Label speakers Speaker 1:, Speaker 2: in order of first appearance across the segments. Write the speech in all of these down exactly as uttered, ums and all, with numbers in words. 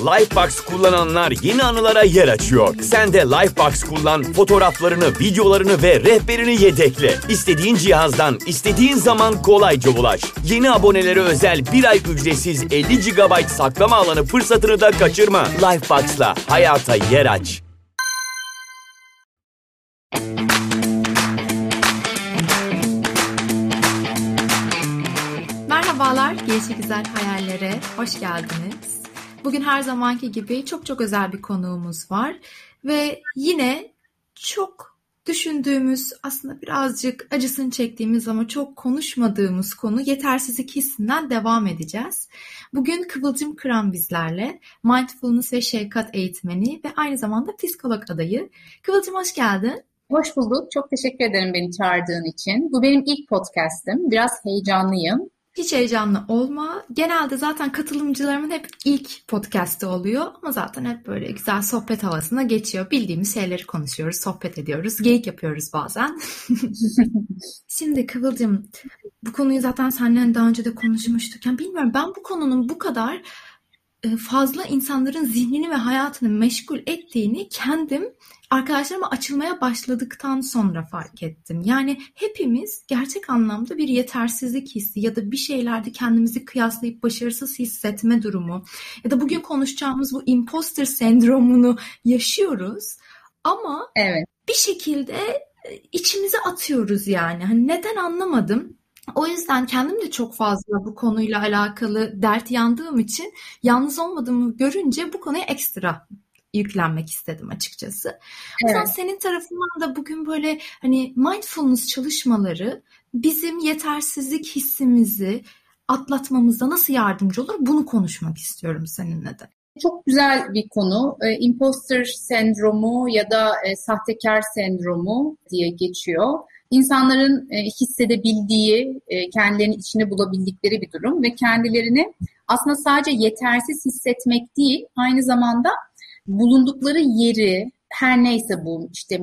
Speaker 1: Lifebox kullananlar yeni anılara yer açıyor. Sen de Lifebox kullan, fotoğraflarını, videolarını ve rehberini yedekle. İstediğin cihazdan, istediğin zaman kolayca ulaş. Yeni abonelere özel bir ay ücretsiz elli gigabayt saklama alanı fırsatını da kaçırma. Lifebox'la hayata yer aç.
Speaker 2: Merhabalar, Gelişi Güzel Hayallere hoş geldiniz. Bugün her zamanki gibi çok çok özel bir konuğumuz var ve yine çok düşündüğümüz, aslında birazcık acısını çektiğimiz ama çok konuşmadığımız konu yetersizlik hissinden devam edeceğiz. Bugün Kıvılcım Kıran bizlerle, mindfulness ve şefkat eğitmeni ve aynı zamanda psikolog adayı. Kıvılcım hoş geldin.
Speaker 3: Hoş bulduk. Çok teşekkür ederim beni çağırdığın için. Bu benim ilk podcast'im. Biraz heyecanlıyım.
Speaker 2: Hiç heyecanlı olma. Genelde zaten katılımcılarımın hep ilk podcast'ı oluyor ama zaten hep böyle güzel sohbet havasına geçiyor. Bildiğimiz şeyleri konuşuyoruz, sohbet ediyoruz, geyik yapıyoruz bazen. Şimdi Kıvılcım, bu konuyu zaten seninle daha önce de konuşmuştuk. Yani bilmiyorum, ben bu konunun bu kadar fazla insanların zihnini ve hayatını meşgul ettiğini kendim arkadaşlarıma açılmaya başladıktan sonra fark ettim. Yani hepimiz gerçek anlamda bir yetersizlik hissi ya da bir şeylerde kendimizi kıyaslayıp başarısız hissetme durumu ya da bugün konuşacağımız bu imposter sendromunu yaşıyoruz. Ama
Speaker 3: evet,
Speaker 2: bir şekilde içimize atıyoruz yani. Hani neden anlamadım. O yüzden kendim de çok fazla bu konuyla alakalı dert yandığım için yalnız olmadığımı görünce bu konuya ekstra yüklenmek istedim açıkçası. O yüzden evet, senin tarafından da bugün böyle hani mindfulness çalışmaları bizim yetersizlik hissimizi atlatmamıza nasıl yardımcı olur, bunu konuşmak istiyorum seninle de.
Speaker 3: Çok güzel bir konu. E, imposter sendromu ya da e, sahtekar sendromu diye geçiyor. İnsanların e, hissedebildiği, e, kendilerini içine bulabildikleri bir durum ve kendilerini aslında sadece yetersiz hissetmek değil, aynı zamanda bulundukları yeri, her neyse bu, işte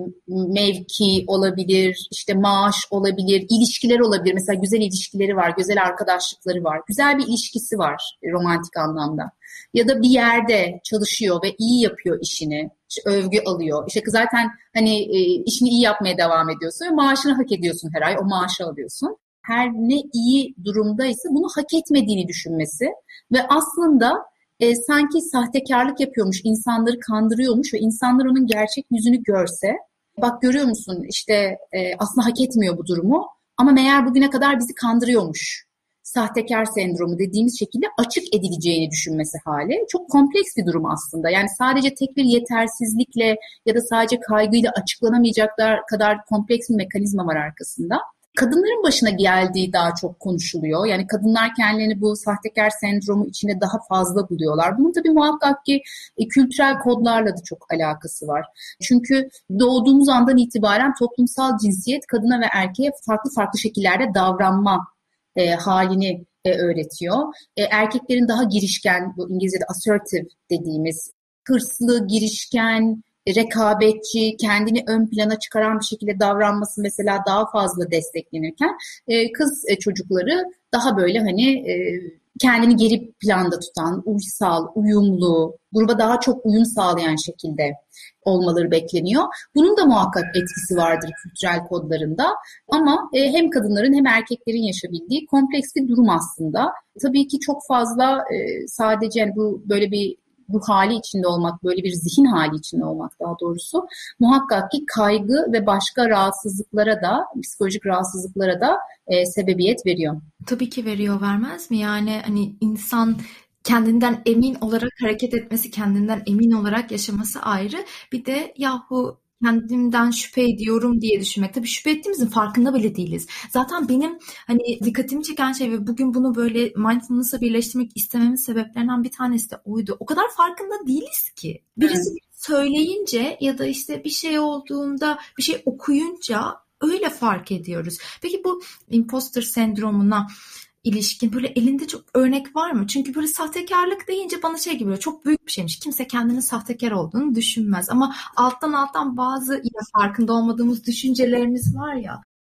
Speaker 3: mevki olabilir, işte maaş olabilir, ilişkiler olabilir. Mesela güzel ilişkileri var, güzel arkadaşlıkları var, güzel bir ilişkisi var romantik anlamda. Ya da bir yerde çalışıyor ve iyi yapıyor işini, işte övgü alıyor. İşte zaten hani e, işini iyi yapmaya devam ediyorsun ve maaşını hak ediyorsun her ay, o maaşı alıyorsun. Her ne iyi durumdaysa bunu hak etmediğini düşünmesi ve aslında e, sanki sahtekarlık yapıyormuş, insanları kandırıyormuş ve insanlar onun gerçek yüzünü görse, bak görüyor musun işte e, aslında hak etmiyor bu durumu ama meğer bugüne kadar bizi kandırıyormuş. Sahtekar sendromu dediğimiz şekilde açık edileceğini düşünmesi hali. Çok kompleks bir durum aslında. Yani sadece tek bir yetersizlikle ya da sadece kaygıyla açıklanamayacaklar kadar kompleks bir mekanizma var arkasında. Kadınların başına geldiği daha çok konuşuluyor. Yani kadınlar kendilerini bu sahtekar sendromu içinde daha fazla buluyorlar. Bunun tabii muhakkak ki e, kültürel kodlarla da çok alakası var. Çünkü doğduğumuz andan itibaren toplumsal cinsiyet kadına ve erkeğe farklı farklı şekillerde davranma E, halini e, öğretiyor. E, erkeklerin daha girişken, bu İngilizce'de assertive dediğimiz, hırslı, girişken, rekabetçi, kendini ön plana çıkaran bir şekilde davranması mesela daha fazla desteklenirken e, kız e, çocukları daha böyle hani e, kendini geri planda tutan, uysal, uyumlu, gruba daha çok uyum sağlayan şekilde olmaları bekleniyor. Bunun da muhakkak etkisi vardır kültürel kodlarında. Ama e, hem kadınların hem erkeklerin yaşayabildiği kompleks bir durum aslında. Tabii ki çok fazla e, sadece yani bu böyle bir bu hali içinde olmak, böyle bir zihin hali içinde olmak daha doğrusu muhakkak ki kaygı ve başka rahatsızlıklara da, psikolojik rahatsızlıklara da e, sebebiyet veriyor.
Speaker 2: Tabii ki veriyor, vermez mi? Yani hani insan kendinden emin olarak hareket etmesi, kendinden emin olarak yaşaması ayrı. Bir de yahu kendimden şüphe ediyorum diye düşünmek. Tabii şüphe ettiğimizin farkında bile değiliz. Zaten benim hani dikkatimi çeken şey ve bugün bunu böyle mindfulness'la birleştirmek istememin sebeplerinden bir tanesi de oydu. O kadar farkında değiliz ki. Birisi evet. söyleyince ya da işte bir şey olduğunda, bir şey okuyunca öyle fark ediyoruz. Peki bu imposter sendromuna ilişkin böyle elinde çok örnek var mı? Çünkü böyle sahtekarlık deyince bana şey gibi çok büyük bir şeymiş. Kimse kendinin sahtekar olduğunu düşünmez. Ama alttan alttan bazı yine farkında olmadığımız düşüncelerimiz var ya.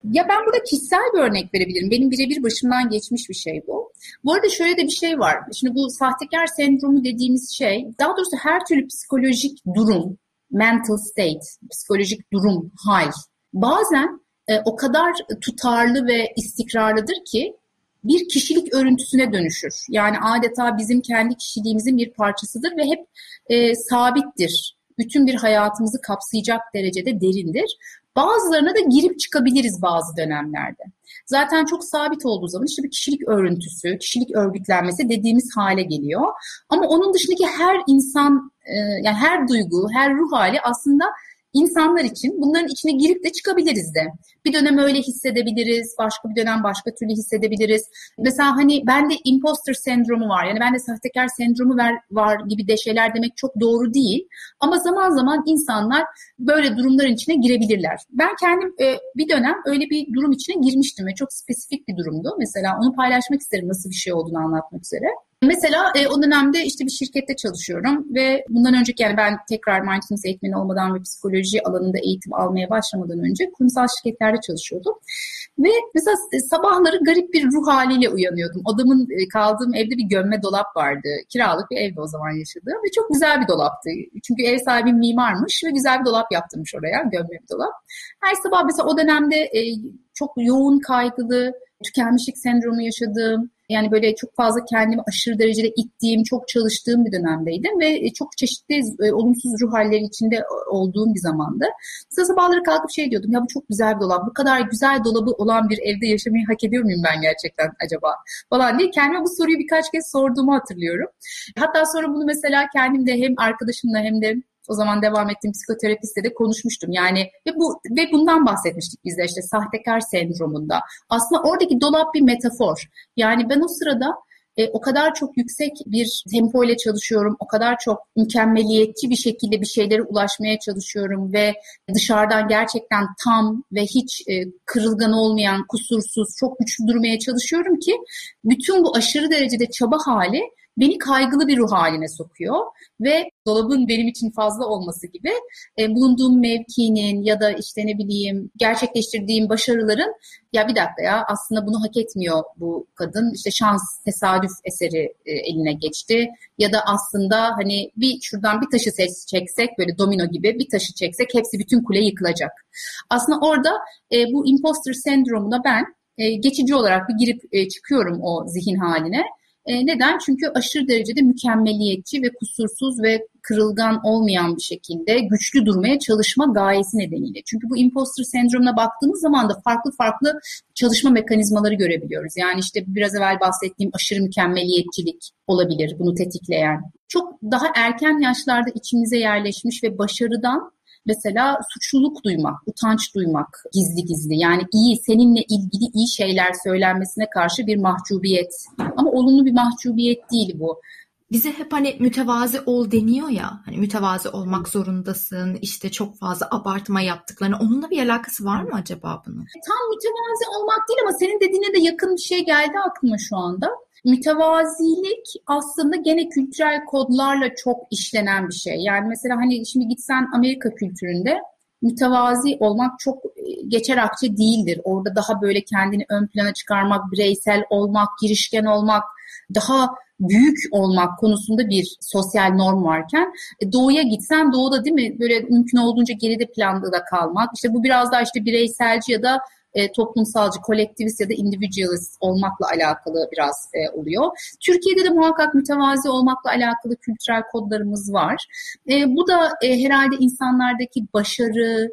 Speaker 3: Ya ben burada kişisel bir örnek verebilirim. Benim birebir başımdan geçmiş bir şey bu. Bu arada şöyle de bir şey var. Şimdi bu sahtekar sendromu dediğimiz şey, daha doğrusu her türlü psikolojik durum, mental state, psikolojik durum, hal, bazen e, o kadar tutarlı ve istikrarlıdır ki bir kişilik örüntüsüne dönüşür. Yani adeta bizim kendi kişiliğimizin bir parçasıdır ve hep e, sabittir. Bütün bir hayatımızı kapsayacak derecede derindir. Bazılarına da girip çıkabiliriz bazı dönemlerde. Zaten çok sabit olduğu zaman işte bir kişilik örüntüsü, kişilik örgütlenmesi dediğimiz hale geliyor. Ama onun dışındaki her insan, yani her duygu, her ruh hali aslında insanlar için, bunların içine girip de çıkabiliriz de. Bir dönem öyle hissedebiliriz, başka bir dönem başka türlü hissedebiliriz. Mesela hani bende imposter sendromu var, yani bende sahtekar sendromu var, var gibi de şeyler demek çok doğru değil. Ama zaman zaman insanlar böyle durumların içine girebilirler. Ben kendim e, bir dönem öyle bir durum içine girmiştim ve çok spesifik bir durumdu. Mesela onu paylaşmak isterim, nasıl bir şey olduğunu anlatmak üzere. Mesela e, o dönemde işte bir şirkette çalışıyorum ve bundan önceki, yani ben tekrar mindfulness eğitmeni olmadan ve psikoloji alanında eğitim almaya başlamadan önce kurumsal şirketlerde çalışıyordum. Ve mesela sabahları garip bir ruh haliyle uyanıyordum. Odamın, kaldığım evde bir gömme dolap vardı. Kiralık bir evde o zaman yaşadığım ve çok güzel bir dolaptı. Çünkü ev sahibi mimarmış ve güzel bir dolap yaptırmış oraya, gömme bir dolap. Her sabah mesela o dönemde e, çok yoğun kaygılı, tükenmişlik sendromu yaşadığım, yani böyle çok fazla kendimi aşırı derecede ittiğim, çok çalıştığım bir dönemdeydim ve çok çeşitli e, olumsuz ruh halleri içinde olduğum bir zamandı. Mesela sabahları kalkıp şey diyordum, ya bu çok güzel bir dolap, bu kadar güzel dolabı olan bir evde yaşamayı hak ediyor muyum ben gerçekten acaba falan diye kendime bu soruyu birkaç kez sorduğumu hatırlıyorum. Hatta sonra bunu mesela kendim de hem arkadaşımla hem de o zaman devam ettiğim psikoterapistle de konuşmuştum. Yani ve bu ve bundan bahsetmiştik biz de, işte sahtekar sendromunda. Aslında oradaki dolap bir metafor. Yani ben o sırada e, o kadar çok yüksek bir tempo ile çalışıyorum. O kadar çok mükemmeliyetçi bir şekilde bir şeylere ulaşmaya çalışıyorum ve dışarıdan gerçekten tam ve hiç e, kırılgan olmayan, kusursuz, çok güçlü durmaya çalışıyorum ki bütün bu aşırı derecede çaba hali beni kaygılı bir ruh haline sokuyor ve dolabın benim için fazla olması gibi e, bulunduğum mevkinin ya da işte ne bileyim gerçekleştirdiğim başarıların, ya bir dakika ya aslında bunu hak etmiyor bu kadın, işte şans, tesadüf eseri e, eline geçti ya da aslında hani bir şuradan bir taşı çeksek, böyle domino gibi bir taşı çeksek hepsi, bütün kule yıkılacak. Aslında orada e, bu imposter sendromuna ben e, geçici olarak bir girip e, çıkıyorum o zihin haline. E, neden? Çünkü aşırı derecede mükemmeliyetçi ve kusursuz ve kırılgan olmayan bir şekilde güçlü durmaya çalışma gayesi nedeniyle. Çünkü bu imposter sendromuna baktığımız zaman da farklı farklı çalışma mekanizmaları görebiliyoruz. Yani işte biraz evvel bahsettiğim aşırı mükemmeliyetçilik olabilir bunu tetikleyen. Çok daha erken yaşlarda içimize yerleşmiş ve başarıdan mesela suçluluk duymak, utanç duymak gizli gizli. Yani iyi, seninle ilgili iyi şeyler söylenmesine karşı bir mahcubiyet. Ama olumlu bir mahcubiyet değil bu.
Speaker 2: Bize hep hani mütevazi ol deniyor ya, hani mütevazi olmak zorundasın, işte çok fazla abartma yaptıklarına, onunla bir alakası var mı acaba bunun?
Speaker 3: Tam mütevazi olmak değil ama senin dediğine de yakın bir şey geldi aklıma şu anda. Mütevazilik aslında gene kültürel kodlarla çok işlenen bir şey. Yani mesela hani şimdi gitsen Amerika kültüründe mütevazi olmak çok geçer akçe değildir. Orada daha böyle kendini ön plana çıkarmak, bireysel olmak, girişken olmak, daha büyük olmak konusunda bir sosyal norm varken doğuya gitsen doğuda değil mi böyle mümkün olduğunca geride planda da kalmak. İşte bu biraz daha işte bireyselci ya da E, toplumsalcı, kolektivist ya da individualist olmakla alakalı biraz e, oluyor. Türkiye'de de muhakkak mütevazi olmakla alakalı kültürel kodlarımız var. E, bu da e, herhalde insanlardaki başarı,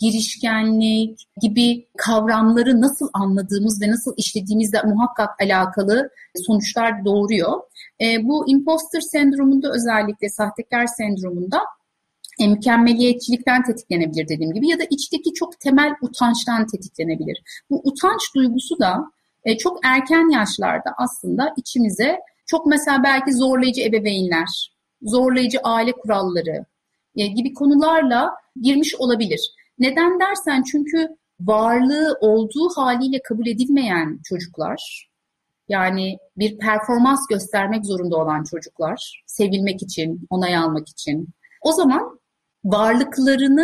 Speaker 3: girişkenlik gibi kavramları nasıl anladığımız ve nasıl işlediğimizle muhakkak alakalı sonuçlar doğuruyor. E, bu imposter sendromunda, özellikle sahtekar sendromunda E, mükemmeliyetçilikten tetiklenebilir dediğim gibi ya da içteki çok temel utançtan tetiklenebilir. Bu utanç duygusu da e, çok erken yaşlarda aslında içimize çok mesela belki zorlayıcı ebeveynler, zorlayıcı aile kuralları e, gibi konularla girmiş olabilir. Neden dersen çünkü varlığı olduğu haliyle kabul edilmeyen çocuklar, yani bir performans göstermek zorunda olan çocuklar, sevilmek için, onay almak için, o zaman varlıklarını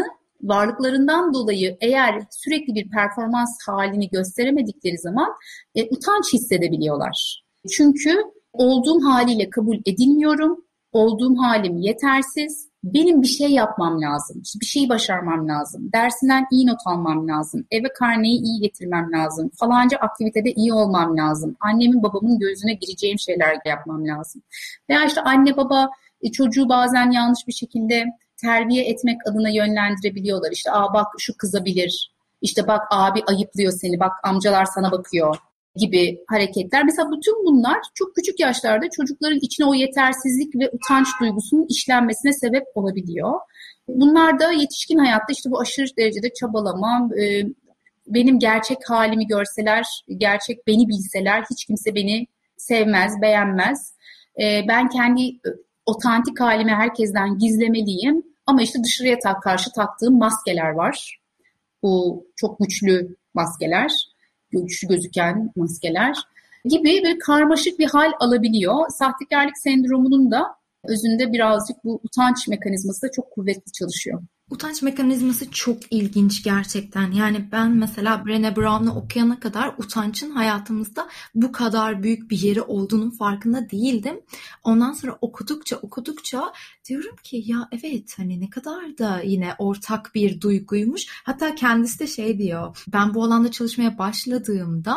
Speaker 3: varlıklarından dolayı eğer sürekli bir performans halini gösteremedikleri zaman e, utanç hissedebiliyorlar. Çünkü olduğum haliyle kabul edilmiyorum, olduğum halim yetersiz, benim bir şey yapmam lazım, bir şeyi başarmam lazım, dersinden iyi not almam lazım, eve karneyi iyi getirmem lazım, falanca aktivitede iyi olmam lazım, annemin babamın gözüne gireceğim şeyler yapmam lazım. Veya işte anne baba çocuğu bazen yanlış bir şekilde terbiye etmek adına yönlendirebiliyorlar. İşte aa bak şu kızabilir, işte bak abi ayıplıyor seni, bak amcalar sana bakıyor gibi hareketler. Mesela bütün bunlar çok küçük yaşlarda çocukların içine o yetersizlik ve utanç duygusunun işlenmesine sebep olabiliyor. Bunlar da yetişkin hayatta işte bu aşırı derecede çabalamam, benim gerçek halimi görseler, gerçek beni bilseler hiç kimse beni sevmez, beğenmez. Ben kendi otantik halimi herkesten gizlemeliyim ama işte dışarıya tak, karşı taktığım maskeler var. Bu çok güçlü maskeler, güçlü gözüken maskeler gibi bir karmaşık bir hal alabiliyor. Sahtekarlık sendromunun da özünde birazcık bu utanç mekanizması da çok kuvvetli çalışıyor.
Speaker 2: Utanç mekanizması çok ilginç gerçekten. Yani ben mesela Brené Brown'u okuyana kadar utancın hayatımızda bu kadar büyük bir yeri olduğunun farkında değildim. Ondan sonra okudukça okudukça diyorum ki ya evet hani ne kadar da yine ortak bir duyguymuş. Hatta kendisi de şey diyor, ben bu alanda çalışmaya başladığımda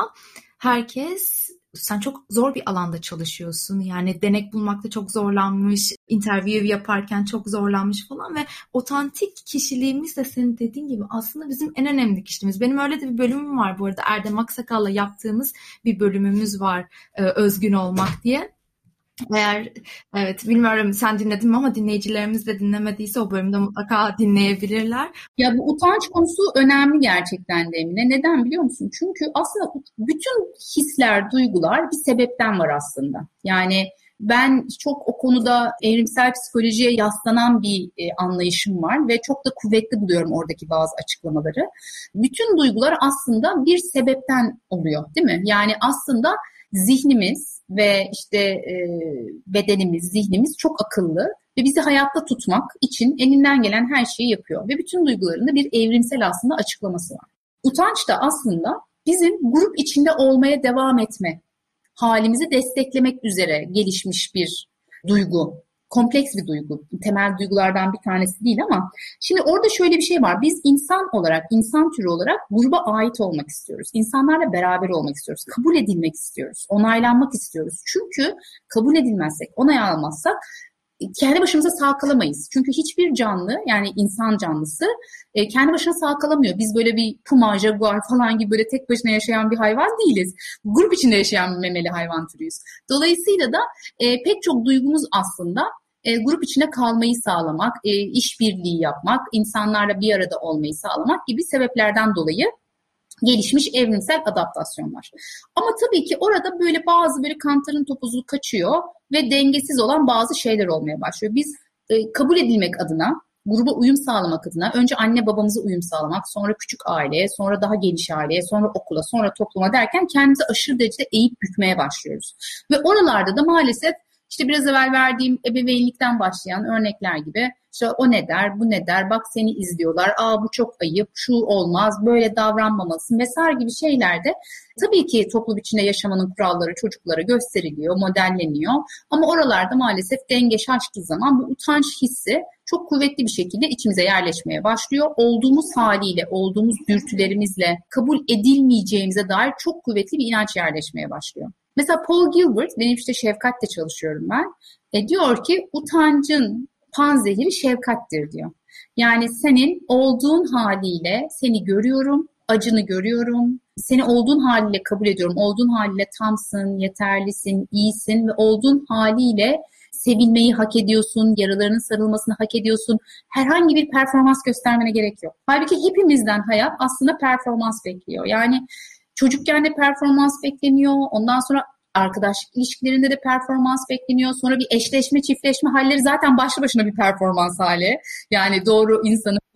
Speaker 2: herkes sen çok zor bir alanda çalışıyorsun. Yani denek bulmakta çok zorlanmış, interview yaparken çok zorlanmış falan ve otantik kişiliğimiz de senin dediğin gibi aslında bizim en önemli kişiliğimiz. Benim öyle de bir bölümüm var bu arada. Erdem Aksakal'la yaptığımız bir bölümümüz var, özgün olmak diye. Eğer evet bilmiyorum sen dinledin mi ama dinleyicilerimiz de dinlemediyse o bölümde mutlaka dinleyebilirler.
Speaker 3: Ya bu utanç konusu önemli gerçekten de Emine. Neden biliyor musun? Çünkü aslında bütün hisler, duygular bir sebepten var aslında. Yani ben çok o konuda evrimsel psikolojiye yaslanan bir e, anlayışım var ve çok da kuvvetli buluyorum oradaki bazı açıklamaları. Bütün duygular aslında bir sebepten oluyor, değil mi? Yani aslında zihnimiz ve işte e, bedenimiz, zihnimiz çok akıllı ve bizi hayatta tutmak için elinden gelen her şeyi yapıyor. Ve bütün duyguların da bir evrimsel aslında açıklaması var. Utanç da aslında bizim grup içinde olmaya devam etme halimizi desteklemek üzere gelişmiş bir duygu. Kompleks bir duygu. Temel duygulardan bir tanesi değil ama şimdi orada şöyle bir şey var. Biz insan olarak, insan türü olarak gruba ait olmak istiyoruz. İnsanlarla beraber olmak istiyoruz. Kabul edilmek istiyoruz. Onaylanmak istiyoruz. Çünkü kabul edilmezsek, onay almazsak kendi başımıza sağ kalamayız. Çünkü hiçbir canlı, yani insan canlısı kendi başına sağ kalamıyor. Biz böyle bir puma, jaguar falan gibi böyle tek başına yaşayan bir hayvan değiliz. Grup içinde yaşayan bir memeli hayvan türüyüz. Dolayısıyla da e, pek çok duygumuz aslında e, grup içinde kalmayı sağlamak, e, işbirliği yapmak, insanlarla bir arada olmayı sağlamak gibi sebeplerden dolayı gelişmiş evrimsel adaptasyonlar. Ama tabii ki orada böyle bazı böyle kantarın topuzu kaçıyor ve dengesiz olan bazı şeyler olmaya başlıyor. Biz e, kabul edilmek adına, gruba uyum sağlamak adına önce anne babamıza uyum sağlamak, sonra küçük aileye, sonra daha geniş aileye, sonra okula, sonra topluma derken kendimizi aşırı derecede eğip bükmeye başlıyoruz. Ve oralarda da maalesef işte biraz evvel verdiğim ebeveynlikten başlayan örnekler gibi işte o ne der, bu ne der, bak seni izliyorlar, aa bu çok ayıp, şu olmaz, böyle davranmamalısın vesaire gibi şeylerde tabii ki toplum içinde yaşamanın kuralları çocuklara gösteriliyor, modelleniyor. Ama oralarda maalesef denge şaştığı zaman bu utanç hissi çok kuvvetli bir şekilde içimize yerleşmeye başlıyor. Olduğumuz haliyle, olduğumuz dürtülerimizle kabul edilmeyeceğimize dair çok kuvvetli bir inanç yerleşmeye başlıyor. Mesela Paul Gilbert, benim işte şefkatle çalışıyorum ben, e, diyor ki utancın panzehiri şefkattir diyor. Yani senin olduğun haliyle seni görüyorum, acını görüyorum, seni olduğun haliyle kabul ediyorum, olduğun haliyle tamsın, yeterlisin, iyisin ve olduğun haliyle sevilmeyi hak ediyorsun, yaralarının sarılmasını hak ediyorsun. Herhangi bir performans göstermene gerek yok. Halbuki hepimizden hayat aslında performans bekliyor. Yani çocukken de performans bekleniyor, ondan sonra arkadaşlık ilişkilerinde de performans bekleniyor. Sonra bir eşleşme, çiftleşme halleri zaten başlı başına bir performans hali. Yani doğru insanı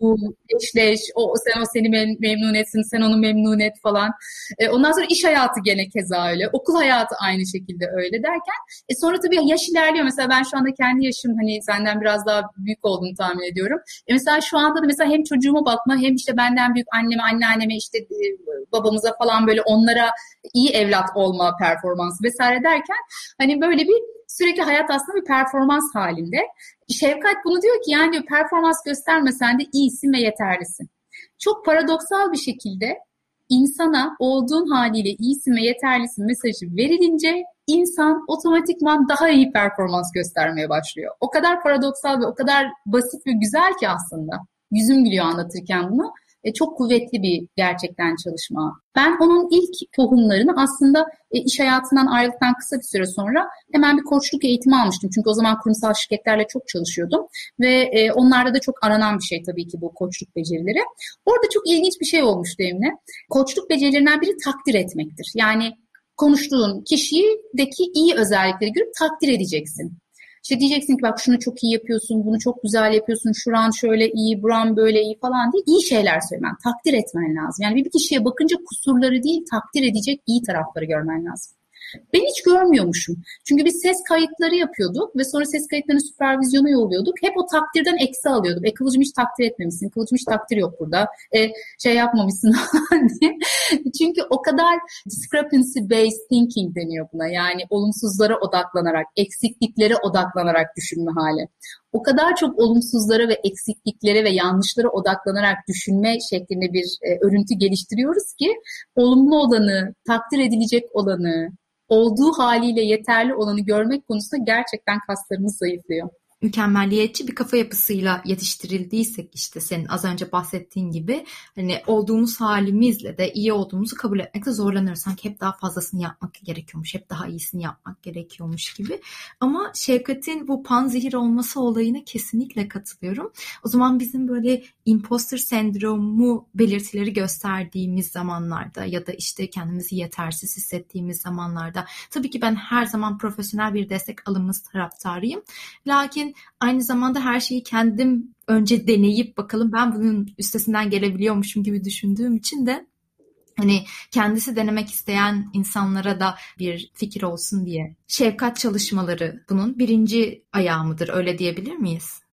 Speaker 3: bu eşleş, o sen o seni mem- memnun etsin, sen onu memnun et falan. E, ondan sonra iş hayatı gene keza öyle. Okul hayatı aynı şekilde öyle derken e, sonra tabii yaş ilerliyor. Mesela ben şu anda kendi yaşım hani senden biraz daha büyük olduğunu tahmin ediyorum. E, mesela şu anda da mesela hem çocuğuma bakma hem işte benden büyük anneme, anneanneme işte e, babamıza falan böyle onlara iyi evlat olma performansı vesaire derken hani böyle bir sürekli hayat aslında bir performans halinde. Şefkat bunu diyor ki yani diyor performans göstermesen de iyisin ve yeterlisin. Çok paradoksal bir şekilde insana olduğun haliyle iyisin ve yeterlisin mesajı verilince insan otomatikman daha iyi performans göstermeye başlıyor. O kadar paradoksal ve o kadar basit ve güzel ki aslında. Yüzüm gülüyor anlatırken bunu. E, çok kuvvetli bir gerçekten çalışma. Ben onun ilk tohumlarını aslında e, iş hayatından ayrıldıktan kısa bir süre sonra hemen bir koçluk eğitimi almıştım. Çünkü o zaman kurumsal şirketlerle çok çalışıyordum. Ve e, onlarda da çok aranan bir şey tabii ki bu koçluk becerileri. Orada çok ilginç bir şey olmuştu Emine. Koçluk becerilerinden biri takdir etmektir. Yani konuştuğun kişideki iyi özellikleri görüp takdir edeceksin. İşte diyeceksin ki bak şunu çok iyi yapıyorsun, bunu çok güzel yapıyorsun, şuran şöyle iyi, buran böyle iyi falan diye iyi şeyler söylemen, takdir etmen lazım. Yani bir kişiye bakınca kusurları değil, takdir edecek iyi tarafları görmen lazım. Ben hiç görmüyormuşum. Çünkü biz ses kayıtları yapıyorduk ve sonra ses kayıtlarını süpervizyona yolluyorduk. Hep o takdirden eksi alıyordum. E Kıvılcım hiç takdir etmemişsin. Kıvılcım hiç takdir yok burada. E, şey yapmamışsın diye. Çünkü o kadar discrepancy based thinking deniyor buna. Yani olumsuzlara odaklanarak, eksikliklere odaklanarak düşünme hali. O kadar çok olumsuzlara ve eksikliklere ve yanlışlara odaklanarak düşünme şeklinde bir e, örüntü geliştiriyoruz ki olumlu olanı, takdir edilecek olanı, olduğu haliyle yeterli olanı görmek konusunda gerçekten kaslarımız zayıflıyor.
Speaker 2: Mükemmelliyetçi bir kafa yapısıyla yetiştirildiysek işte senin az önce bahsettiğin gibi hani olduğumuz halimizle de iyi olduğumuzu kabul etmekte zorlanıyoruz. Sanki hep daha fazlasını yapmak gerekiyormuş, hep daha iyisini yapmak gerekiyormuş gibi. Ama Şefkat'in bu panzehir olması olayına kesinlikle katılıyorum. O zaman bizim böyle imposter sendromu belirtileri gösterdiğimiz zamanlarda ya da işte kendimizi yetersiz hissettiğimiz zamanlarda tabii ki ben her zaman profesyonel bir destek alınması taraftarıyım. Lakin aynı zamanda her şeyi kendim önce deneyip bakalım ben bunun üstesinden gelebiliyormuşum gibi düşündüğüm için de hani kendisi denemek isteyen insanlara da bir fikir olsun diye. Şefkat çalışmaları bunun birinci ayağı mıdır? Öyle diyebilir miyiz?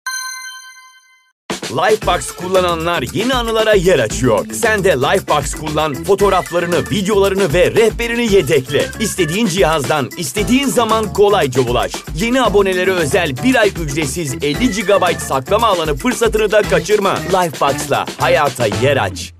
Speaker 1: Lifebox kullananlar yeni anılara yer açıyor. Sen de Lifebox kullan, fotoğraflarını, videolarını ve rehberini yedekle. İstediğin cihazdan, istediğin zaman kolayca ulaş. Yeni abonelere özel bir ay ücretsiz elli gigabayt saklama alanı fırsatını da kaçırma. Lifebox'la hayata yer aç.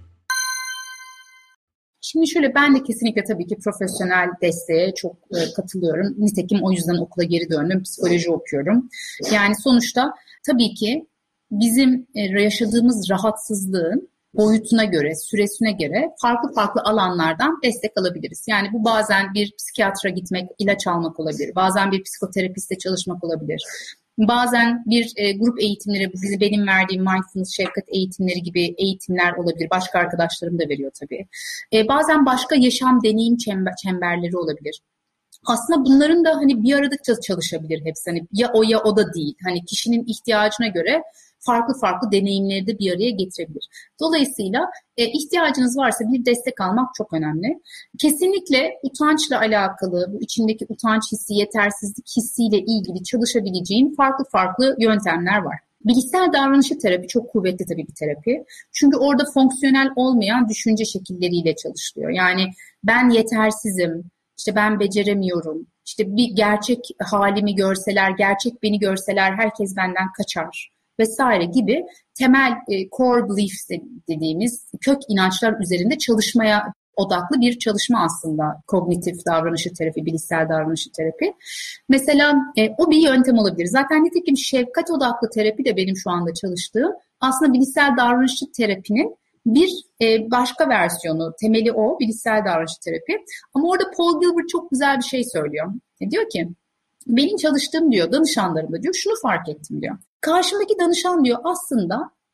Speaker 3: Şimdi şöyle ben de kesinlikle tabii ki profesyonel desteğe çok e, katılıyorum. Nitekim o yüzden okula geri döndüm. Psikoloji okuyorum. Yani sonuçta tabii ki bizim yaşadığımız rahatsızlığın boyutuna göre, süresine göre farklı farklı alanlardan destek alabiliriz. Yani bu bazen bir psikiyatra gitmek, ilaç almak olabilir. Bazen bir psikoterapiste çalışmak olabilir. Bazen bir e, grup eğitimleri, bizi benim verdiğim mindfulness, şefkat eğitimleri gibi eğitimler olabilir. Başka arkadaşlarım da veriyor tabii. E, bazen başka yaşam deneyim çember, çemberleri olabilir. Aslında bunların da hani bir arada çalışabilir hepsi. Hani ya o ya o da değil. Hani kişinin ihtiyacına göre farklı farklı deneyimleri de bir araya getirebilir. Dolayısıyla e, ihtiyacınız varsa bir destek almak çok önemli. Kesinlikle utançla alakalı, bu içindeki utanç hissi, yetersizlik hissiyle ilgili çalışabileceğin farklı farklı yöntemler var. Bilişsel davranışçı terapi çok kuvvetli tabii bir terapi. Çünkü orada fonksiyonel olmayan düşünce şekilleriyle çalışılıyor. Yani ben yetersizim, işte ben beceremiyorum, işte bir gerçek halimi görseler, gerçek beni görseler herkes benden kaçar vesaire gibi temel e, core beliefs dediğimiz kök inançlar üzerinde çalışmaya odaklı bir çalışma aslında kognitif davranışçı terapi, bilişsel davranışçı terapi. Mesela e, o bir yöntem olabilir. Zaten nitekim şefkat odaklı terapi de benim şu anda çalıştığım aslında bilişsel davranışçı terapinin bir e, başka versiyonu, temeli o, bilişsel davranışçı terapi. Ama orada Paul Gilbert çok güzel bir şey söylüyor. E, diyor ki, benim çalıştığım diyor danışanlarımda diyor şunu fark ettim diyor. Karşımdaki danışan diyor aslında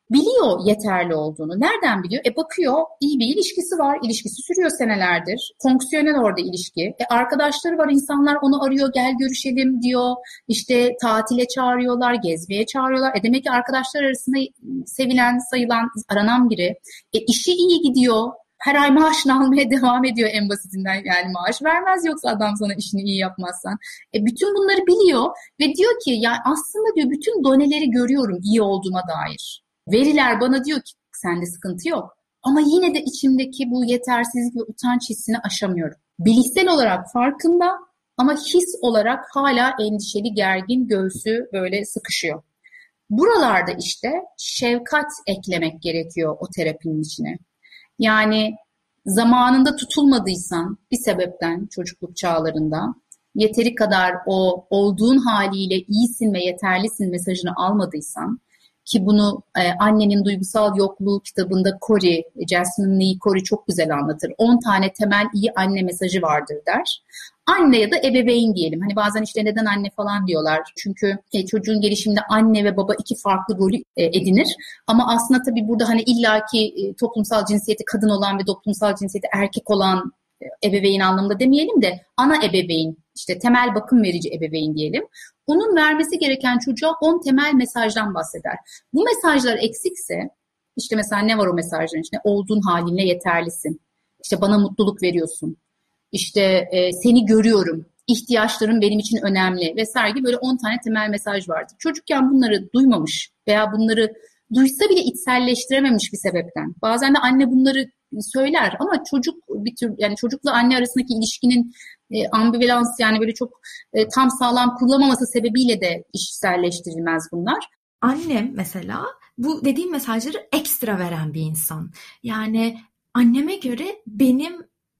Speaker 3: Biliyor yeterli olduğunu. Nereden biliyor? E bakıyor, iyi bir ilişkisi var. İlişkisi sürüyor senelerdir. Fonksiyonel orada ilişki. E arkadaşları var, insanlar onu arıyor, gel görüşelim diyor. İşte tatile çağırıyorlar, gezmeye çağırıyorlar. E demek ki arkadaşlar arasında sevilen, sayılan, aranan biri. E işi iyi gidiyor. Her ay maaşını almaya devam ediyor en basitinden. Yani maaş vermez yoksa adam sana işini iyi yapmazsan. E bütün bunları biliyor ve diyor ki ya aslında diyor bütün doneleri görüyorum iyi olduğuma dair. Veriler bana diyor ki sende sıkıntı yok. Ama yine de içimdeki bu yetersizlik ve utanç hissini aşamıyorum. Bilişsel olarak farkında ama his olarak hala endişeli, gergin, göğsü böyle sıkışıyor. Buralarda işte şefkat eklemek gerekiyor o terapinin içine. Yani zamanında tutulmadıysan bir sebepten çocukluk çağlarında yeteri kadar o olduğun haliyle iyisin ve yeterlisin mesajını almadıysan ki bunu e, Annenin Duygusal Yokluğu kitabında Cori, Jasmine Lee Cori çok güzel anlatır. on tane temel iyi anne mesajı vardır der. Anne ya da ebeveyn diyelim. Hani bazen işte neden anne falan diyorlar. Çünkü e, çocuğun gelişiminde anne ve baba iki farklı rolü e, edinir. Ama aslında tabii burada hani illaki e, toplumsal cinsiyeti kadın olan ve toplumsal cinsiyeti erkek olan e, ebeveyn anlamında demeyelim de ana ebeveyn, işte temel bakım verici ebeveyn diyelim. Onun vermesi gereken çocuğa on temel mesajdan bahseder. Bu mesajlar eksikse, işte mesela ne var o mesajların içinde? Olduğun halinle yeterlisin. İşte bana mutluluk veriyorsun. İşte e, seni görüyorum. İhtiyaçların benim için önemli vesaire gibi böyle on tane temel mesaj vardır. Çocukken bunları duymamış veya bunları duysa bile içselleştirememiş bir sebepten. Bazen de anne bunları söyler ama çocuk bir tür yani çocukla anne arasındaki ilişkinin e, ambivalans yani böyle çok e, tam sağlam kurulamaması sebebiyle de içselleştirilmez bunlar.
Speaker 2: Annem mesela bu dediğim mesajları ekstra veren bir insan. Yani anneme göre benim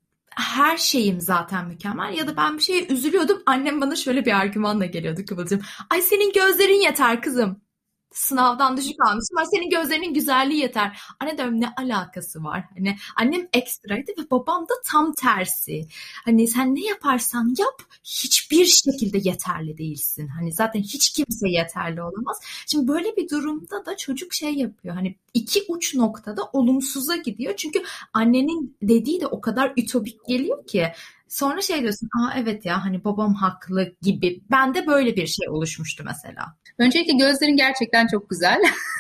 Speaker 2: her şeyim zaten mükemmel ya da ben bir şeye üzülüyordum. Annem bana şöyle bir argümanla geliyordu Kıvılcım. Ay senin gözlerin yeter kızım. Sınavdan düşük almışım. Ay senin gözlerinin güzelliği yeter. Anne diyorum ne alakası var? Hani annem ekstraydı ve babam da tam tersi. Hani sen ne yaparsan yap hiçbir şekilde yeterli değilsin. Hani zaten hiç kimse yeterli olamaz. Şimdi böyle bir durumda da çocuk şey yapıyor. Hani iki uç noktada olumsuza gidiyor. Çünkü annenin dediği de o kadar ütopik geliyor ki. Sonra şey diyorsun, aa evet ya hani babam haklı gibi. Bende böyle bir şey oluşmuştu mesela.
Speaker 3: Öncelikle gözlerin gerçekten çok güzel.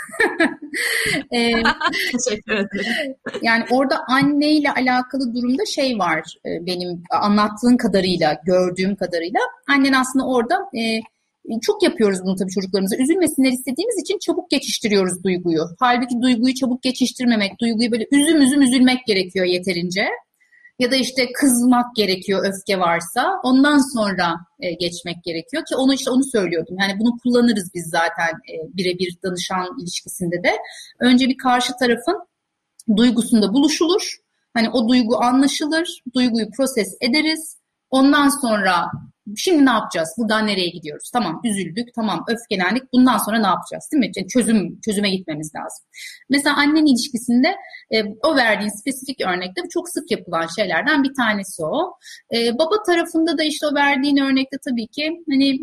Speaker 3: ee,
Speaker 2: Teşekkür ederim.
Speaker 3: Yani orada anneyle alakalı durumda şey var benim anlattığın kadarıyla, gördüğüm kadarıyla. Annen aslında orada e, çok yapıyoruz bunu tabii çocuklarımıza. Üzülmesinler istediğimiz için çabuk geçiştiriyoruz duyguyu. Halbuki duyguyu çabuk geçiştirmemek, duyguyu böyle üzüm üzüm üzülmek gerekiyor yeterince. Ya da işte kızmak gerekiyor öfke varsa. Ondan sonra e, geçmek gerekiyor ki onu işte onu söylüyordum. Yani bunu kullanırız biz zaten e, birebir danışan ilişkisinde de. Önce bir karşı tarafın duygusunda buluşulur. Hani o duygu anlaşılır. Duyguyu proses ederiz. Ondan sonra şimdi ne yapacağız? Buradan nereye gidiyoruz? Tamam üzüldük, tamam öfkelendik. Bundan sonra ne yapacağız? Değil mi? Yani çözüm çözüme gitmemiz lazım. Mesela annen ilişkisinde e, o verdiğin spesifik örnekte çok sık yapılan şeylerden bir tanesi o. E, baba tarafında da işte o verdiğin örnekte tabii ki hani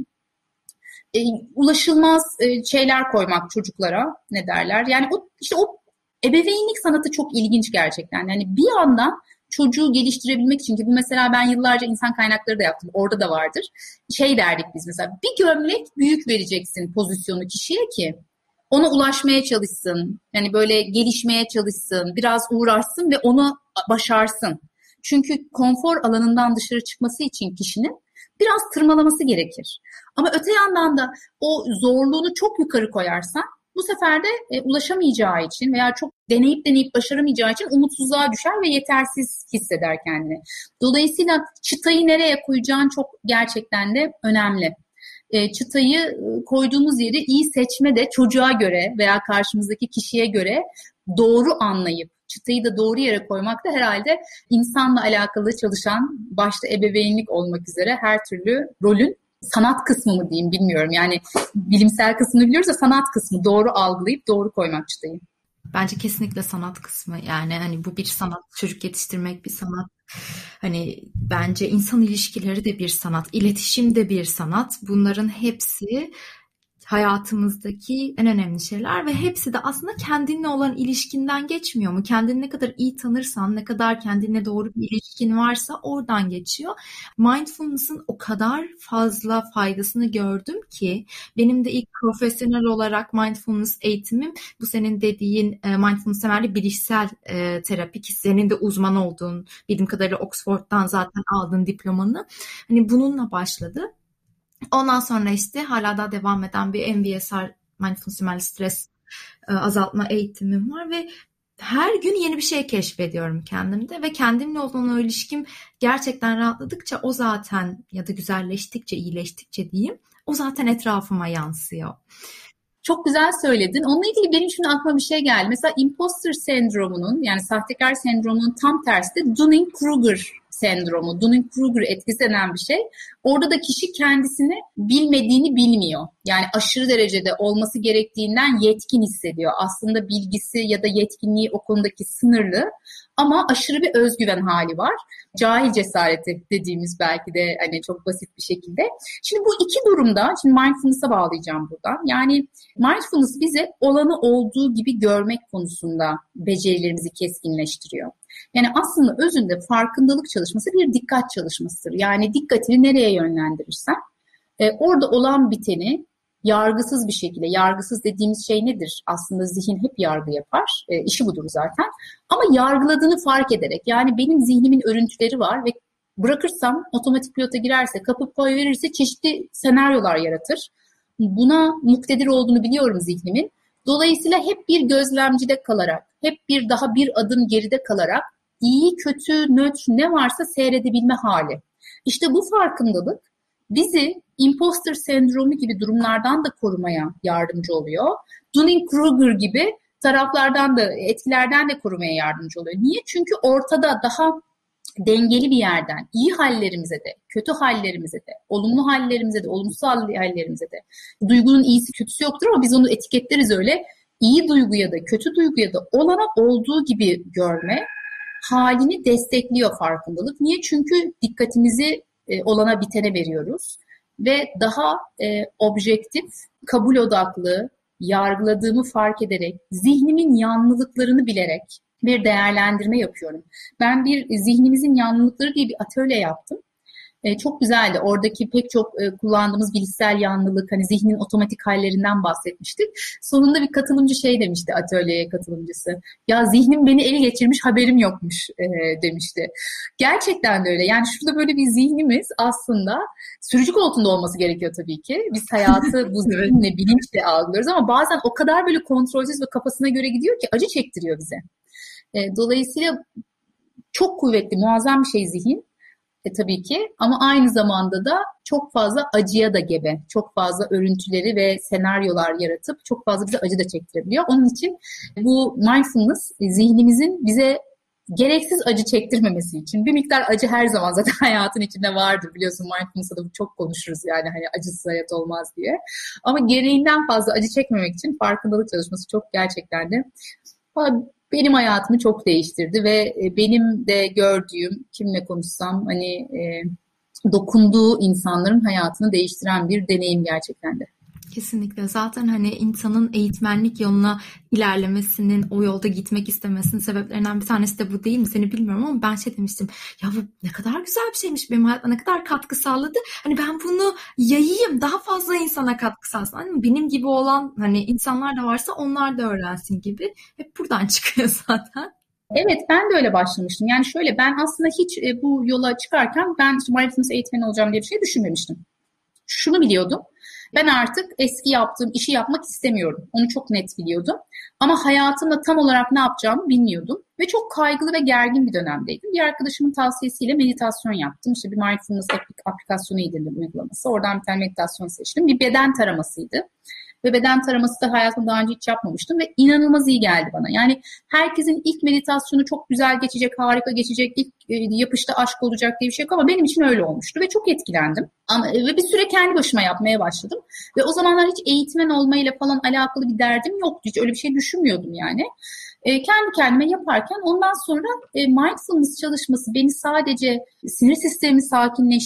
Speaker 3: e, ulaşılmaz e, şeyler koymak çocuklara ne derler? Yani o işte o ebeveynlik sanatı çok ilginç gerçekten. Yani bir yandan çocuğu geliştirebilmek için ki bu mesela ben yıllarca insan kaynakları da yaptım. Orada da vardır. Şey derdik biz mesela bir gömlek büyük vereceksin pozisyonu kişiye ki ona ulaşmaya çalışsın. Yani böyle gelişmeye çalışsın. Biraz uğraşsın ve onu başarsın. Çünkü konfor alanından dışarı çıkması için kişinin biraz tırmalaması gerekir. Ama öte yandan da o zorluğunu çok yukarı koyarsan bu sefer de e, ulaşamayacağı için veya çok deneyip deneyip başaramayacağı için umutsuzluğa düşer ve yetersiz hisseder kendini. Dolayısıyla çıtayı nereye koyacağın çok gerçekten de önemli. E, çıtayı e, koyduğumuz yeri iyi seçme de çocuğa göre veya karşımızdaki kişiye göre doğru anlayıp çıtayı da doğru yere koymak da herhalde insanla alakalı çalışan başta ebeveynlik olmak üzere her türlü rolün sanat kısmı mı diyeyim bilmiyorum. Yani bilimsel kısmını biliyoruz da sanat kısmı doğru algılayıp doğru koymak çıtayı.
Speaker 2: Bence kesinlikle sanat kısmı. Yani hani bu bir sanat, çocuk yetiştirmek bir sanat. Hani bence insan ilişkileri de bir sanat, iletişim de bir sanat. Bunların hepsi hayatımızdaki en önemli şeyler ve hepsi de aslında kendinle olan ilişkinden geçmiyor mu? Kendini ne kadar iyi tanırsan, ne kadar kendine doğru bir ilişkin varsa oradan geçiyor. Mindfulness'ın o kadar fazla faydasını gördüm ki benim de ilk profesyonel olarak mindfulness eğitimim bu senin dediğin e, mindfulness temelli bilişsel e, terapi ki senin de uzman olduğun, bildiğim kadarıyla Oxford'dan zaten aldığın diplomanı. Hani bununla başladı. Ondan sonra işte hala daha devam eden bir M B S R, mindfulness temelli stres e, azaltma eğitimim var ve her gün yeni bir şey keşfediyorum kendimde ve kendimle olan o ilişkim gerçekten rahatladıkça o zaten ya da güzelleştikçe, iyileştikçe diyeyim, o zaten etrafıma yansıyor.
Speaker 3: Çok güzel söyledin. Onunla ilgili benim şimdi aklıma bir şey geldi. Mesela imposter sendromunun, yani sahtekar sendromunun tam tersi de Dunning-Kruger sendromu, Dunning-Kruger etkisi denen bir şey. Orada da kişi kendisini bilmediğini bilmiyor. Yani aşırı derecede olması gerektiğinden yetkin hissediyor. Aslında bilgisi ya da yetkinliği o konudaki sınırlı ama aşırı bir özgüven hali var. Cahil cesareti dediğimiz belki de hani çok basit bir şekilde. Şimdi bu iki durumda, şimdi mindfulness'a bağlayacağım buradan. Yani mindfulness bize olanı olduğu gibi görmek konusunda becerilerimizi keskinleştiriyor. Yani aslında özünde farkındalık çalışması bir dikkat çalışmasıdır. Yani dikkatini nereye yönlendirirsen e, orada olan biteni yargısız bir şekilde, yargısız dediğimiz şey nedir? Aslında zihin hep yargı yapar, e, işi budur zaten. Ama yargıladığını fark ederek, yani benim zihnimin örüntüleri var ve bırakırsam otomatik pilota girerse, kapıp koy verirse çeşitli senaryolar yaratır. Buna muktedir olduğunu biliyorum zihnimin. Dolayısıyla hep bir gözlemcide kalarak, hep bir daha bir adım geride kalarak iyi, kötü, nötr ne varsa seyredebilme hali. İşte bu farkındalık bizi imposter sendromu gibi durumlardan da korumaya yardımcı oluyor. Dunning-Kruger gibi taraflardan da, etkilerden de korumaya yardımcı oluyor. Niye? Çünkü ortada daha dengeli bir yerden iyi hallerimize de, kötü hallerimize de, olumlu hallerimize de, olumsuz hallerimize de, duygunun iyisi kötüsü yoktur ama biz onu etiketleriz öyle. İyi duyguya da, kötü duyguya da olana olduğu gibi görme halini destekliyor farkındalık. Niye? Çünkü dikkatimizi e, olana bitene veriyoruz ve daha e, objektif, kabul odaklı, yargıladığımı fark ederek, zihnimin yanlılıklarını bilerek bir değerlendirme yapıyorum. Ben bir zihnimizin yanlılıkları diye bir atölye yaptım. E, çok güzeldi. Oradaki pek çok e, kullandığımız bilişsel yanlılık, hani zihnin otomatik hallerinden bahsetmiştik. Sonunda bir katılımcı şey demişti, atölyeye katılımcısı. Ya zihnim beni ele geçirmiş, haberim yokmuş e, demişti. Gerçekten de öyle. Yani şurada böyle bir zihnimiz aslında sürücü koltuğunda olması gerekiyor tabii ki. Biz hayatı bu zihinle, bilinçle algılıyoruz ama bazen o kadar böyle kontrolsüz ve kafasına göre gidiyor ki acı çektiriyor bize. E, dolayısıyla çok kuvvetli, muazzam bir şey zihin. E, tabii ki ama aynı zamanda da çok fazla acıya da gebe. Çok fazla örüntüleri ve senaryolar yaratıp çok fazla bize acı da çektirebiliyor. Onun için bu mindfulness zihnimizin bize gereksiz acı çektirmemesi için. Bir miktar acı her zaman zaten hayatın içinde vardır biliyorsun. Mindfulness'ta da çok konuşuruz yani hani acısız hayat olmaz diye. Ama gereğinden fazla acı çekmemek için farkındalık çalışması çok gerçekten de benim hayatımı çok değiştirdi ve benim de gördüğüm, kimle konuşsam hani e, dokunduğu insanların hayatını değiştiren bir deneyim gerçekten de.
Speaker 2: Kesinlikle. Zaten hani insanın eğitmenlik yoluna ilerlemesinin, o yolda gitmek istemesinin sebeplerinden bir tanesi de bu değil mi? Seni bilmiyorum ama ben şey demiştim. Ya bu ne kadar güzel bir şeymiş. Benim hayatıma ne kadar katkı sağladı. Hani ben bunu yayayım. Daha fazla insana katkı sağlasın. Hani benim gibi olan hani insanlar da varsa onlar da öğrensin gibi. Hep buradan çıkıyor zaten.
Speaker 3: Evet, ben de öyle başlamıştım. Yani şöyle, ben aslında hiç e, bu yola çıkarken ben işte mindfulness eğitmeni olacağım diye bir şey düşünmemiştim. Şunu biliyordum. Ben artık eski yaptığım işi yapmak istemiyorum. Onu çok net biliyordum. Ama hayatımda tam olarak ne yapacağımı bilmiyordum. Ve çok kaygılı ve gergin bir dönemdeydim. Bir arkadaşımın tavsiyesiyle meditasyon yaptım. İşte bir mindfulness aplikasyonu indirdim, uygulaması. Oradan bir tane meditasyon seçtim. Bir beden taramasıydı. Ve beden taraması da hayatımda daha önce hiç yapmamıştım ve inanılmaz iyi geldi bana. Yani herkesin ilk meditasyonu çok güzel geçecek, harika geçecek, ilk e, yapışta aşk olacak diye bir şey yok ama benim için öyle olmuştu ve çok etkilendim. Ama, ve bir süre kendi başıma yapmaya başladım. Ve o zamanlar hiç eğitmen olmayla falan alakalı bir derdim yoktu. Hiç öyle bir şey düşünmüyordum yani. E, kendi kendime yaparken ondan sonra e, mindfulness çalışması beni sadece sinir sistemimi sakinleştirip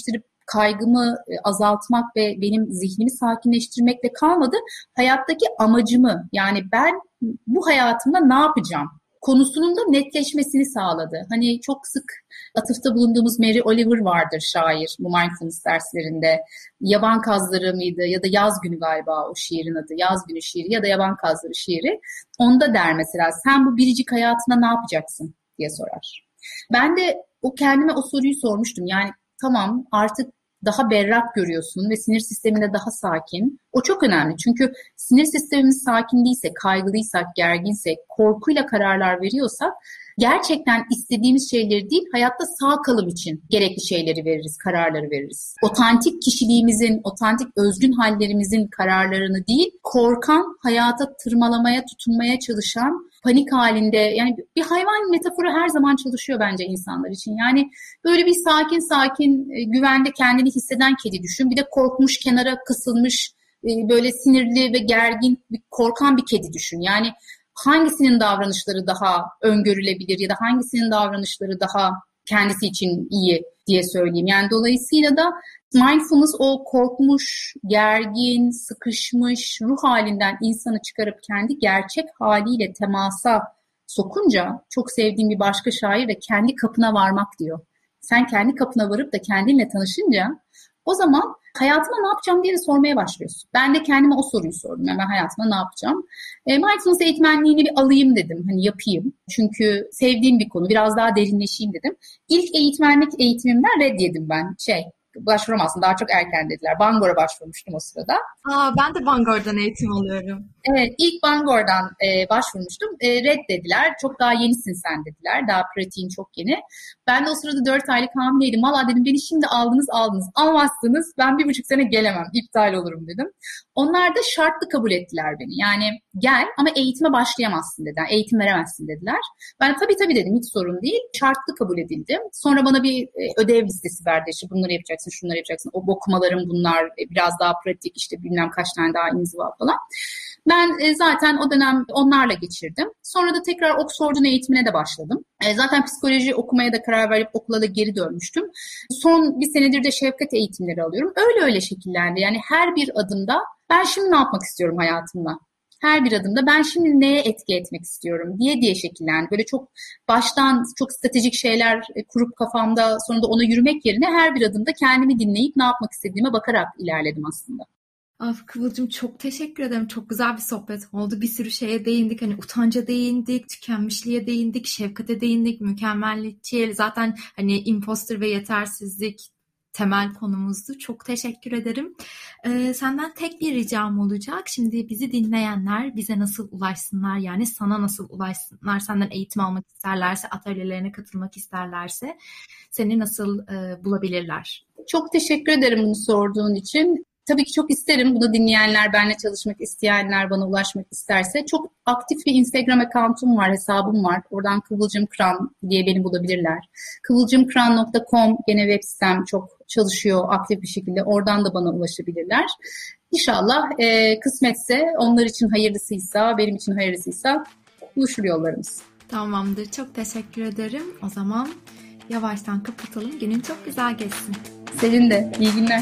Speaker 3: kaygımı azaltmak ve benim zihnimi sakinleştirmekle kalmadı. Hayattaki amacımı, yani ben bu hayatımda ne yapacağım konusunun da netleşmesini sağladı. Hani çok sık atıfta bulunduğumuz Mary Oliver vardır, şair, bu mindfulness derslerinde. Yaban Kazları mıydı ya da Yaz Günü galiba o şiirin adı. Yaz Günü şiiri ya da Yaban Kazları şiiri. Onda der mesela, sen bu biricik hayatında ne yapacaksın diye sorar. Ben de o kendime o soruyu sormuştum. Yani tamam, artık daha berrak görüyorsun ve sinir sisteminde daha sakin. O çok önemli. Çünkü sinir sistemimiz sakin değilse, kaygılıysak, gerginsek, korkuyla kararlar veriyorsak gerçekten istediğimiz şeyleri değil, hayatta sağ kalım için gerekli şeyleri veririz, kararları veririz. Otantik kişiliğimizin, otantik özgün hallerimizin kararlarını değil, korkan, hayata tırmalamaya, tutunmaya çalışan, panik halinde, yani bir hayvan metaforu her zaman çalışıyor bence insanlar için. Yani böyle bir sakin sakin, güvende kendini hisseden kedi düşün. Bir de korkmuş, kenara kısılmış, böyle sinirli ve gergin, korkan bir kedi düşün. Yani hangisinin davranışları daha öngörülebilir ya da hangisinin davranışları daha kendisi için iyi diye söyleyeyim. Yani dolayısıyla da mindfulness o korkmuş, gergin, sıkışmış ruh halinden insanı çıkarıp kendi gerçek haliyle temasa sokunca, çok sevdiğim bir başka şair de kendi kapına varmak diyor. Sen kendi kapına varıp da kendinle tanışınca o zaman hayatıma ne yapacağım diye de sormaya başlıyorsun. Ben de kendime o soruyu sordum. Yani ben hayatıma ne yapacağım? E, mindfulness eğitmenliğini bir alayım dedim. Hani yapayım. Çünkü sevdiğim bir konu. Biraz daha derinleşeyim dedim. İlk eğitmenlik eğitimimden red yedim ben. Şey, başvuramazsın, daha çok erken dediler. Bangor'a başvurmuştum o sırada.
Speaker 2: Aa, ben de Bangor'dan eğitim alıyorum.
Speaker 3: Evet, ilk Bangor'dan e, başvurmuştum. E, red dediler. Çok daha yenisin sen dediler. Daha pratiğin çok yeni. Ben de o sırada dört aylık hamileydim. Valla dedim, beni şimdi aldınız aldınız. Almazsınız ben bir buçuk sene gelemem. İptal olurum dedim. Onlar da şartlı kabul ettiler beni. Yani gel ama eğitime başlayamazsın dediler. Eğitim veremezsin dediler. Ben tabii tabii dedim, hiç sorun değil. Şartlı kabul edildim. Sonra bana bir e, ödev listesi verdi. İşte bunları yapacaksın, şunları yapacaksın. O okumalarım bunlar. E, biraz daha pratik, işte bilmem kaç tane daha inziva falan. Ben e, zaten o dönem onlarla geçirdim. Sonra da tekrar Oxford'un eğitimine de başladım. E, zaten psikoloji okumaya da karar verip okula da geri dönmüştüm. Son bir senedir de şefkat eğitimleri alıyorum. Öyle öyle şekillendi. Yani her bir adımda ben şimdi ne yapmak istiyorum hayatımda? Her bir adımda ben şimdi neye etki etmek istiyorum diye diye şekillendi. Böyle çok baştan çok stratejik şeyler kurup kafamda sonra da ona yürümek yerine her bir adımda kendimi dinleyip ne yapmak istediğime bakarak ilerledim aslında.
Speaker 2: Af Kıvılcım, çok teşekkür ederim. Çok güzel bir sohbet oldu. Bir sürü şeye değindik. Hani utanca değindik, tükenmişliğe değindik, şefkate değindik, mükemmelliyetçiye. Zaten hani imposter ve yetersizlik temel konumuzdu. Çok teşekkür ederim. Ee, senden tek bir ricam olacak. Şimdi bizi dinleyenler bize nasıl ulaşsınlar? Yani sana nasıl ulaşsınlar? Senden eğitim almak isterlerse, atölyelerine katılmak isterlerse seni nasıl e, bulabilirler?
Speaker 3: Çok teşekkür ederim bunu sorduğun için. Tabii ki çok isterim bunu dinleyenler, benimle çalışmak isteyenler, bana ulaşmak isterse. Çok aktif bir Instagram account'um var, hesabım var. Oradan Kıvılcım Kıran diye beni bulabilirler. kıvılcım kıran nokta com gene web sitem çok çalışıyor aktif bir şekilde. Oradan da bana ulaşabilirler. İnşallah e, kısmetse, onlar için hayırlısıysa, benim için hayırlısıysa buluşur yollarımız.
Speaker 2: Tamamdır. Çok teşekkür ederim. O zaman yavaştan kapatalım. Günün çok güzel geçsin.
Speaker 3: Senin de. İyi günler.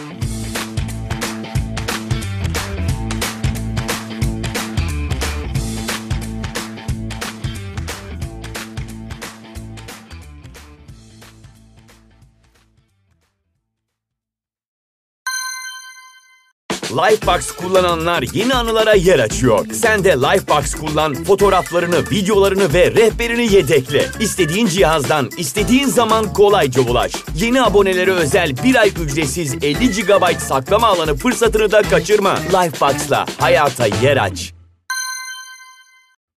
Speaker 1: Lifebox kullananlar yeni anılara yer açıyor. Sen de Lifebox kullan, fotoğraflarını, videolarını ve rehberini yedekle. İstediğin cihazdan, istediğin zaman kolayca ulaş. Yeni abonelere özel bir ay ücretsiz elli gigabayt saklama alanı fırsatını da kaçırma. Lifebox'la hayata yer aç.